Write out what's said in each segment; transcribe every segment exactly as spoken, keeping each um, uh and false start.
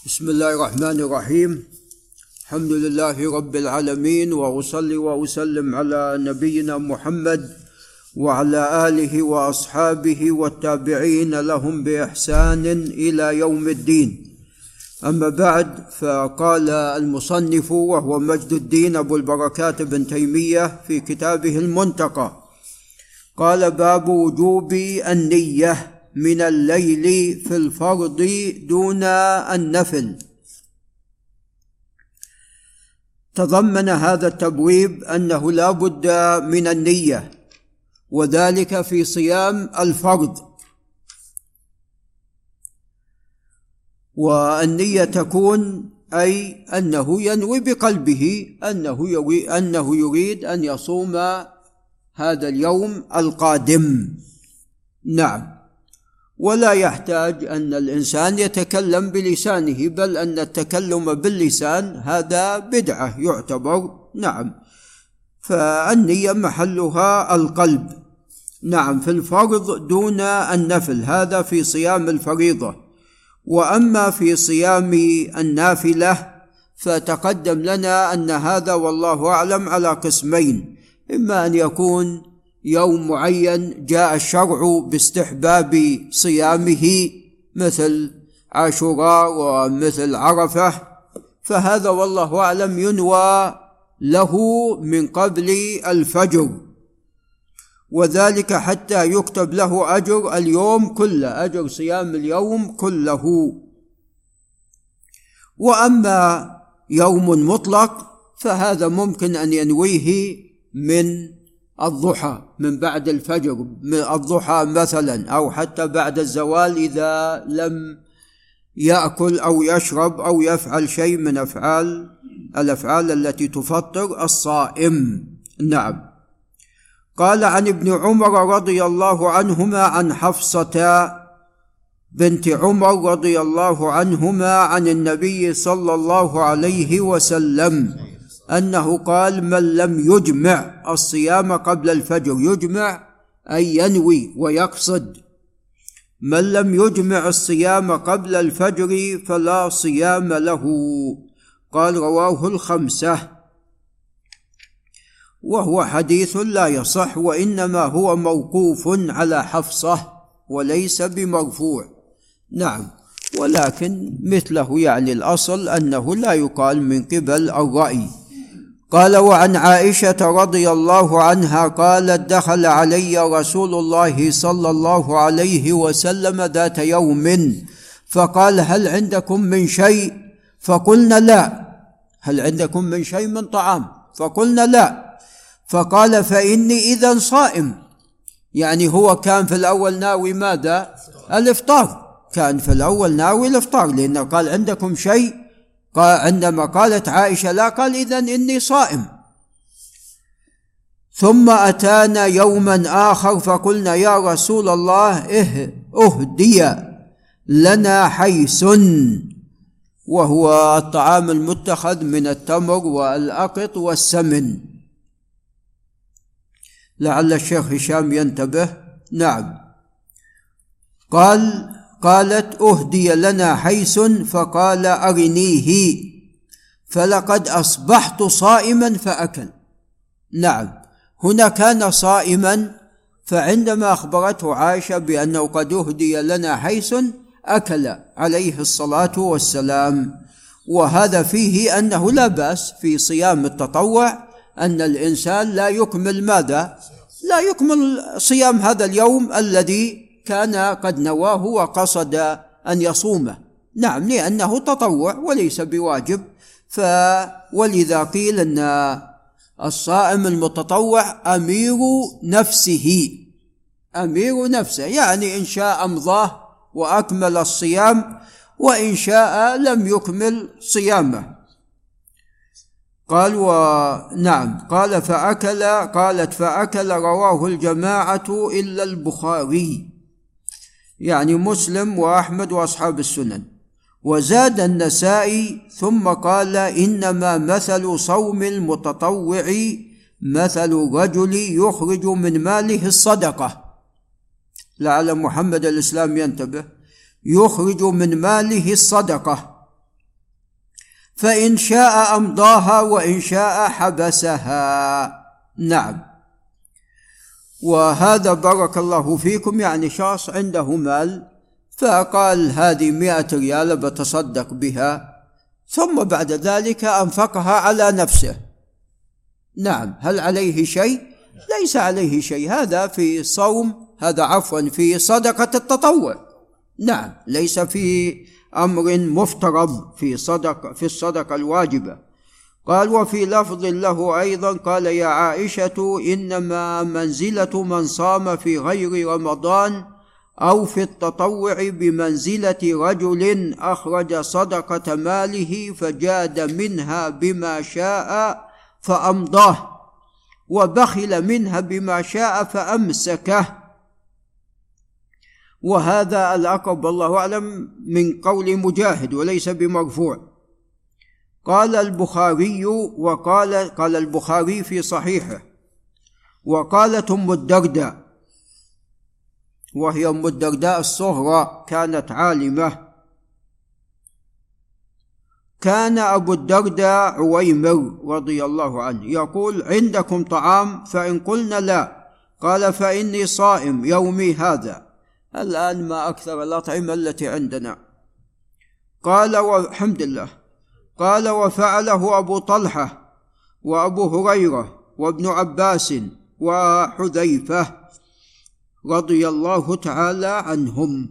بسم الله الرحمن الرحيم. الحمد لله رب العالمين، وأصلي وأسلم على نبينا محمد وعلى آله وأصحابه والتابعين لهم بإحسان إلى يوم الدين. أما بعد، فقال المصنف وهو مجد الدين أبو البركات بن تيمية في كتابه المنتقى، قال: باب وجوب النية من الليل في الفرض دون النفل. تضمن هذا التبويب أنه لا بد من النية، وذلك في صيام الفرض، والنية تكون أي أنه ينوي بقلبه أنه يريد, أنه يريد أن يصوم هذا اليوم القادم. نعم، ولا يحتاج أن الإنسان يتكلم بلسانه، بل أن التكلم باللسان هذا بدعة يعتبر. نعم، فالنية محلها القلب. نعم، في الفرض دون النفل، هذا في صيام الفريضة. وأما في صيام النافلة فتقدم لنا أن هذا والله أعلم على قسمين: إما أن يكون يوم معين جاء الشرع باستحباب صيامه مثل عاشوراء ومثل عرفة، فهذا والله أعلم ينوى له من قبل الفجر، وذلك حتى يكتب له أجر اليوم كله، أجر صيام اليوم كله. وأما يوم مطلق فهذا ممكن أن ينويه من الضحى، من بعد الفجر، من الضحى مثلا، أو حتى بعد الزوال إذا لم يأكل أو يشرب أو يفعل شيء من أفعال الأفعال التي تفطر الصائم. نعم. قال: عن ابن عمر رضي الله عنهما عن حفصة بنت عمر رضي الله عنهما عن النبي صلى الله عليه وسلم أنه قال: من لم يجمع الصيام قبل الفجر، يجمع أي ينوي ويقصد، من لم يجمع الصيام قبل الفجر فلا صيام له. قال: رواه الخمسة. وهو حديث لا يصح، وإنما هو موقوف على حفصة وليس بمرفوع. نعم، ولكن مثله يعني الأصل أنه لا يقال من قبل الرأي. قال: وعن عائشة رضي الله عنها قالت: دخل علي رسول الله صلى الله عليه وسلم ذات يوم فقال: هل عندكم من شيء؟ فقلنا لا. هل عندكم من شيء من طعام؟ فقلنا لا. فقال: فإني إذن صائم. يعني هو كان في الأول ناوي ماذا؟ الإفطار، كان في الأول ناوي الإفطار، لأنه قال: عندكم شيء؟ قال عندما قالت عائشة لا، قال: إذن إني صائم. ثم أتانا يوما آخر فقلنا: يا رسول الله، إه أهدي لنا حيس، وهو الطعام المتخذ من التمر والأقط والسمن. لعل الشيخ هشام ينتبه. نعم. قال قالت: أهدي لنا حيس، فقال: أرنيه، فلقد أصبحت صائما فأكل. نعم، هنا كان صائما، فعندما أخبرته عائشة بأنه قد أهدي لنا حيس أكل عليه الصلاة والسلام. وهذا فيه أنه لا بأس في صيام التطوع أن الإنسان لا يكمل ماذا؟ لا يكمل صيام هذا اليوم الذي كان قد نواه وقصد أن يصومه. نعم، لأنه تطوع وليس بواجب. ف ولذا قيل أن الصائم المتطوع أمير نفسه، أمير نفسه، يعني إن شاء أمضاه وأكمل الصيام، وإن شاء لم يكمل صيامه. قال: ونعم. قال: فأكل قالت فأكل رواه الجماعة إلا البخاري، يعني مسلم وأحمد وأصحاب السنن. وزاد النسائي ثم قال: إنما مثل صوم المتطوع مثل رجل يخرج من ماله الصدقة. لعل محمد الإسلام ينتبه. يخرج من ماله الصدقة فإن شاء أمضاها وإن شاء حبسها. نعم. وهذا بارك الله فيكم يعني شخص عنده مال فقال هذه مئة ريال بتصدق بها، ثم بعد ذلك أنفقها على نفسه. نعم، هل عليه شيء؟ ليس عليه شيء، هذا في صوم، هذا عفوا في صدقة التطوع. نعم، ليس في أمر مفترض في صدق في الصدقة الواجبة. قال وفي لفظ له أيضا قال يا عائشة إنما منزلة من صام في غير رمضان أو في التطوع بمنزلة رجل أخرج صدقة ماله فجاد منها بما شاء فأمضاه وبخل منها بما شاء فأمسكه. وهذا الأقرب والله أعلم من قول مجاهد وليس بمرفوع. قال البخاري وقال قال البخاري في صحيحه وقالت أم الدرداء، وهي أم الدرداء الصغرى كانت عالمة، كان أبو الدرداء عويمر رضي الله عنه يقول عندكم طعام؟ فإن قلنا لا قال فإني صائم يومي هذا. الآن ما أكثر الأطعمة التي عندنا. قال والحمد لله. قال وفعله أبو طلحة وأبو هريرة وابن عباس وحذيفة رضي الله تعالى عنهم.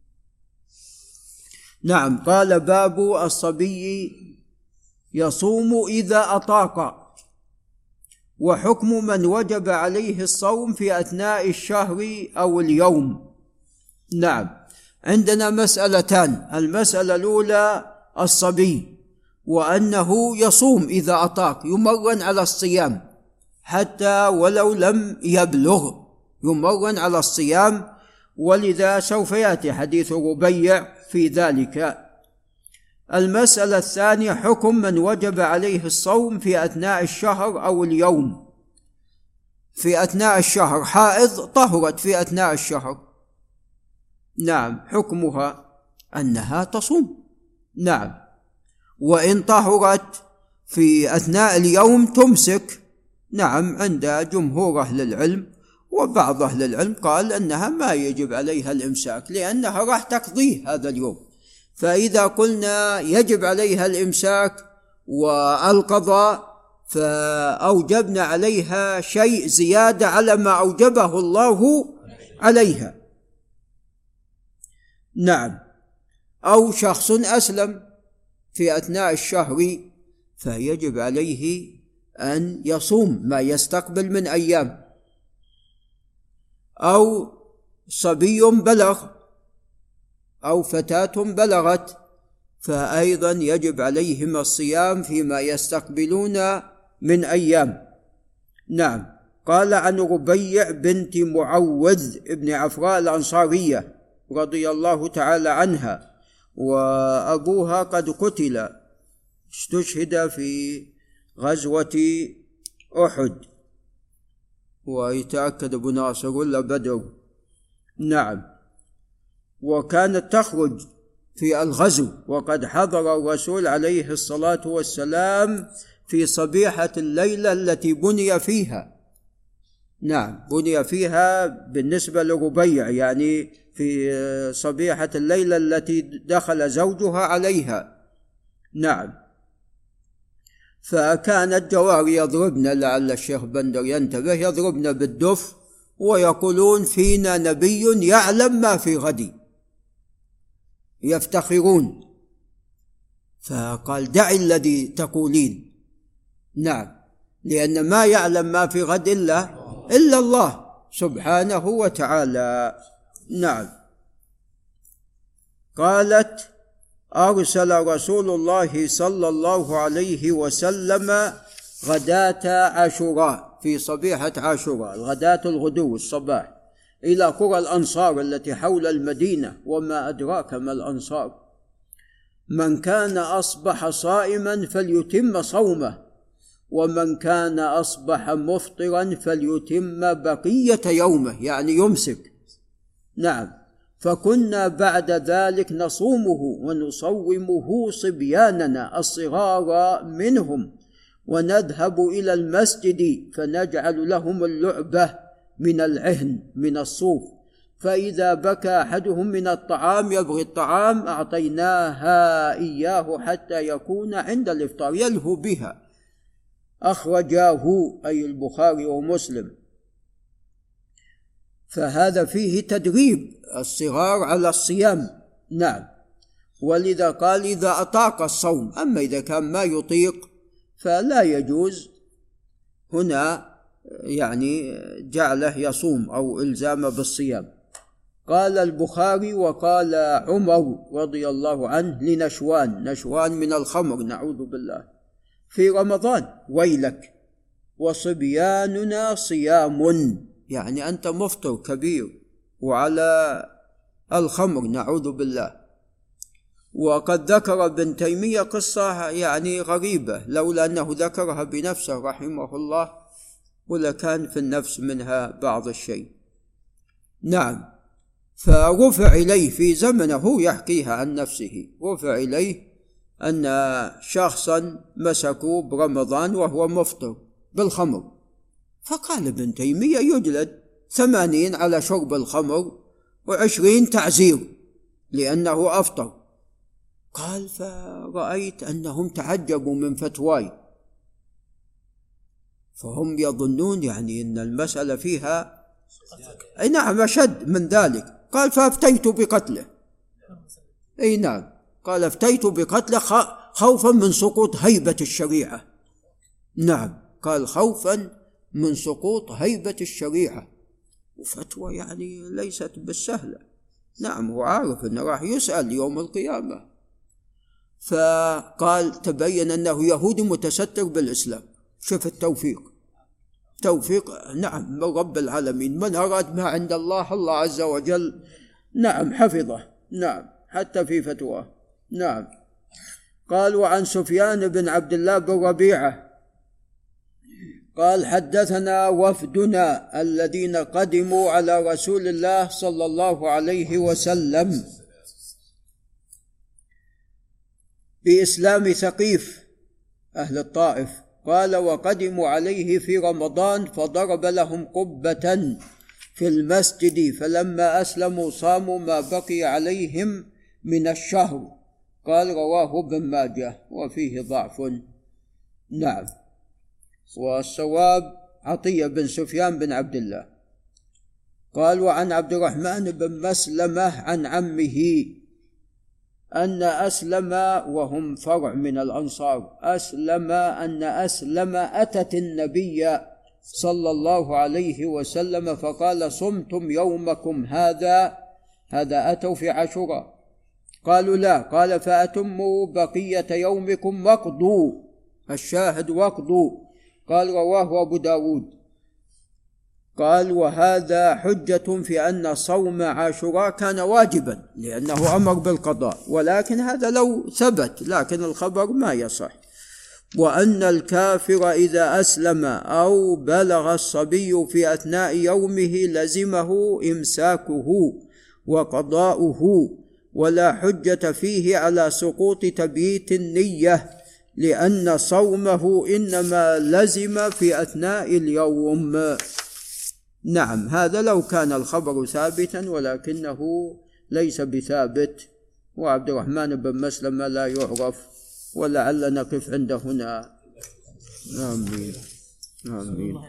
نعم. قال باب الصبي يصوم إذا أطاق، وحكم من وجب عليه الصوم في أثناء الشهر أو اليوم. نعم، عندنا مسألتان. المسألة الأولى الصبي، وأنه يصوم إذا أطاق، يمرن على الصيام حتى ولو لم يبلغ، يمرن على الصيام، ولذا سوف يأتي حديث ربيع في ذلك. المسألة الثانية حكم من وجب عليه الصوم في أثناء الشهر أو اليوم. في أثناء الشهر حائض طهرت في أثناء الشهر، نعم، حكمها أنها تصوم. نعم. وإن طهرت في أثناء اليوم تمسك. نعم، عند جمهور أهل العلم، وبعض أهل العلم قال أنها ما يجب عليها الإمساك لأنها راح تقضيه هذا اليوم. فإذا قلنا يجب عليها الإمساك والقضاء فأوجبنا عليها شيء زيادة على ما أوجبه الله عليها. نعم. أو شخص أسلم في أثناء الشهر فيجب عليه أن يصوم ما يستقبل من أيام. أو صبي بلغ أو فتاة بلغت فأيضا يجب عليهم الصيام فيما يستقبلون من أيام. نعم. قال عن ربيع بنت معوذ ابن عفراء الأنصارية رضي الله تعالى عنها، وأبوها قد قتل، استشهد في غزوة أحد، ويتأكد أبو ناصر ولا بدر. نعم. وكانت تخرج في الغزو، وقد حضر الرسول عليه الصلاة والسلام في صبيحة الليلة التي بني فيها. نعم، بني فيها بالنسبة لربيع، يعني في صبيحة الليلة التي دخل زوجها عليها. نعم. فكانت جواري يضربن، لعل الشيخ بندر ينتبه، يضربن بالدف ويقولون فينا نبي يعلم ما في غد، يفتخرون. فقال دعي الذي تقولين. نعم، لأن ما يعلم ما في غد إلا, إلا الله سبحانه وتعالى. نعم. قالت أرسل رسول الله صلى الله عليه وسلم غداة عاشوراء، في صبيحة عاشوراء، الغداة الغدو الصباح، إلى قرى الأنصار التي حول المدينة، وما أدراك ما الأنصار، من كان أصبح صائما فليتم صومه، ومن كان أصبح مفطرا فليتم بقية يومه، يعني يمسك. نعم. فكنا بعد ذلك نصومه ونصومه صبياننا الصغار منهم، ونذهب إلى المسجد فنجعل لهم اللعبة من العهن من الصوف، فإذا بكى أحدهم من الطعام يبغي الطعام أعطيناها إياه حتى يكون عند الإفطار يلهو بها. أخرجاه أي البخاري ومسلم. فهذا فيه تدريب الصغار على الصيام. نعم. ولذا قال إذا أطاق الصوم، أما إذا كان ما يطيق فلا يجوز هنا يعني جعله يصوم أو إلزام بالصيام. قال البخاري وقال عمر رضي الله عنه لنشوان، نشوان من الخمر نعوذ بالله، في رمضان ويلك وصبياننا صيام، يعني أنت مفطر كبير وعلى الخمر نعوذ بالله. وقد ذكر ابن تيمية قصة يعني غريبة، لولا أنه ذكرها بنفسه رحمه الله ولكان في النفس منها بعض الشيء. نعم. فرفع إليه في زمنه يحكيها عن نفسه، رفع إليه أن شخصا مسكوا برمضان وهو مفطر بالخمر، فقال ابن تيمية يجلد ثمانين على شرب الخمر وعشرين تعزير لأنه أفطر. قال فرأيت أنهم تعجبوا من فتواي، فهم يظنون يعني أن المسألة فيها أي نعم أشد من ذلك. قال فافتيت بقتله. أي نعم. قال افتيت بقتله خوفا من سقوط هيبة الشريعة. نعم. قال خوفا من سقوط هيبة الشريعة، وفتوى يعني ليست بالسهلة. نعم. هو عارف أنه راح يسأل يوم القيامة. فقال تبين أنه يهودي متستر بالإسلام. شوف التوفيق، توفيق نعم من رب العالمين. من أراد ما عند الله الله عز وجل نعم حفظه. نعم. حتى في فتواه. نعم. قال وعن سفيان بن عبد الله بن ربيعة قال حدثنا وفدنا الذين قدموا على رسول الله صلى الله عليه وسلم بإسلام ثقيف أهل الطائف. قال وقدموا عليه في رمضان فضرب لهم قبة في المسجد، فلما أسلموا صاموا ما بقي عليهم من الشهر. قال رواه ابن ماجه وفيه ضعف. نعم. والصواب عطية بن سفيان بن عبد الله. قال وعن عبد الرحمن بن مسلمة عن عمه أن أسلم، وهم فرع من الأنصار، أسلم أن أسلم أتت النبي صلى الله عليه وسلم فقال صمتم يومكم هذا؟ هذا أتوا في عاشوراء. قالوا لا. قال فأتموا بقية يومكم واقضوا، الشاهد واقضوا. قال رواه أبو داود. قال وهذا حجة في أن صوم عاشوراء كان واجبا لأنه أمر بالقضاء، ولكن هذا لو ثبت، لكن الخبر ما يصح. وأن الكافر إذا أسلم أو بلغ الصبي في أثناء يومه لزمه إمساكه وقضاؤه، ولا حجة فيه على سقوط تبييت النية لأن صومه إنما لزم في أثناء اليوم. نعم. هذا لو كان الخبر ثابتا، ولكنه ليس بثابت، وعبد الرحمن بن مسلم لا يعرف، ولعل نقف عند هنا. آمين. آمين.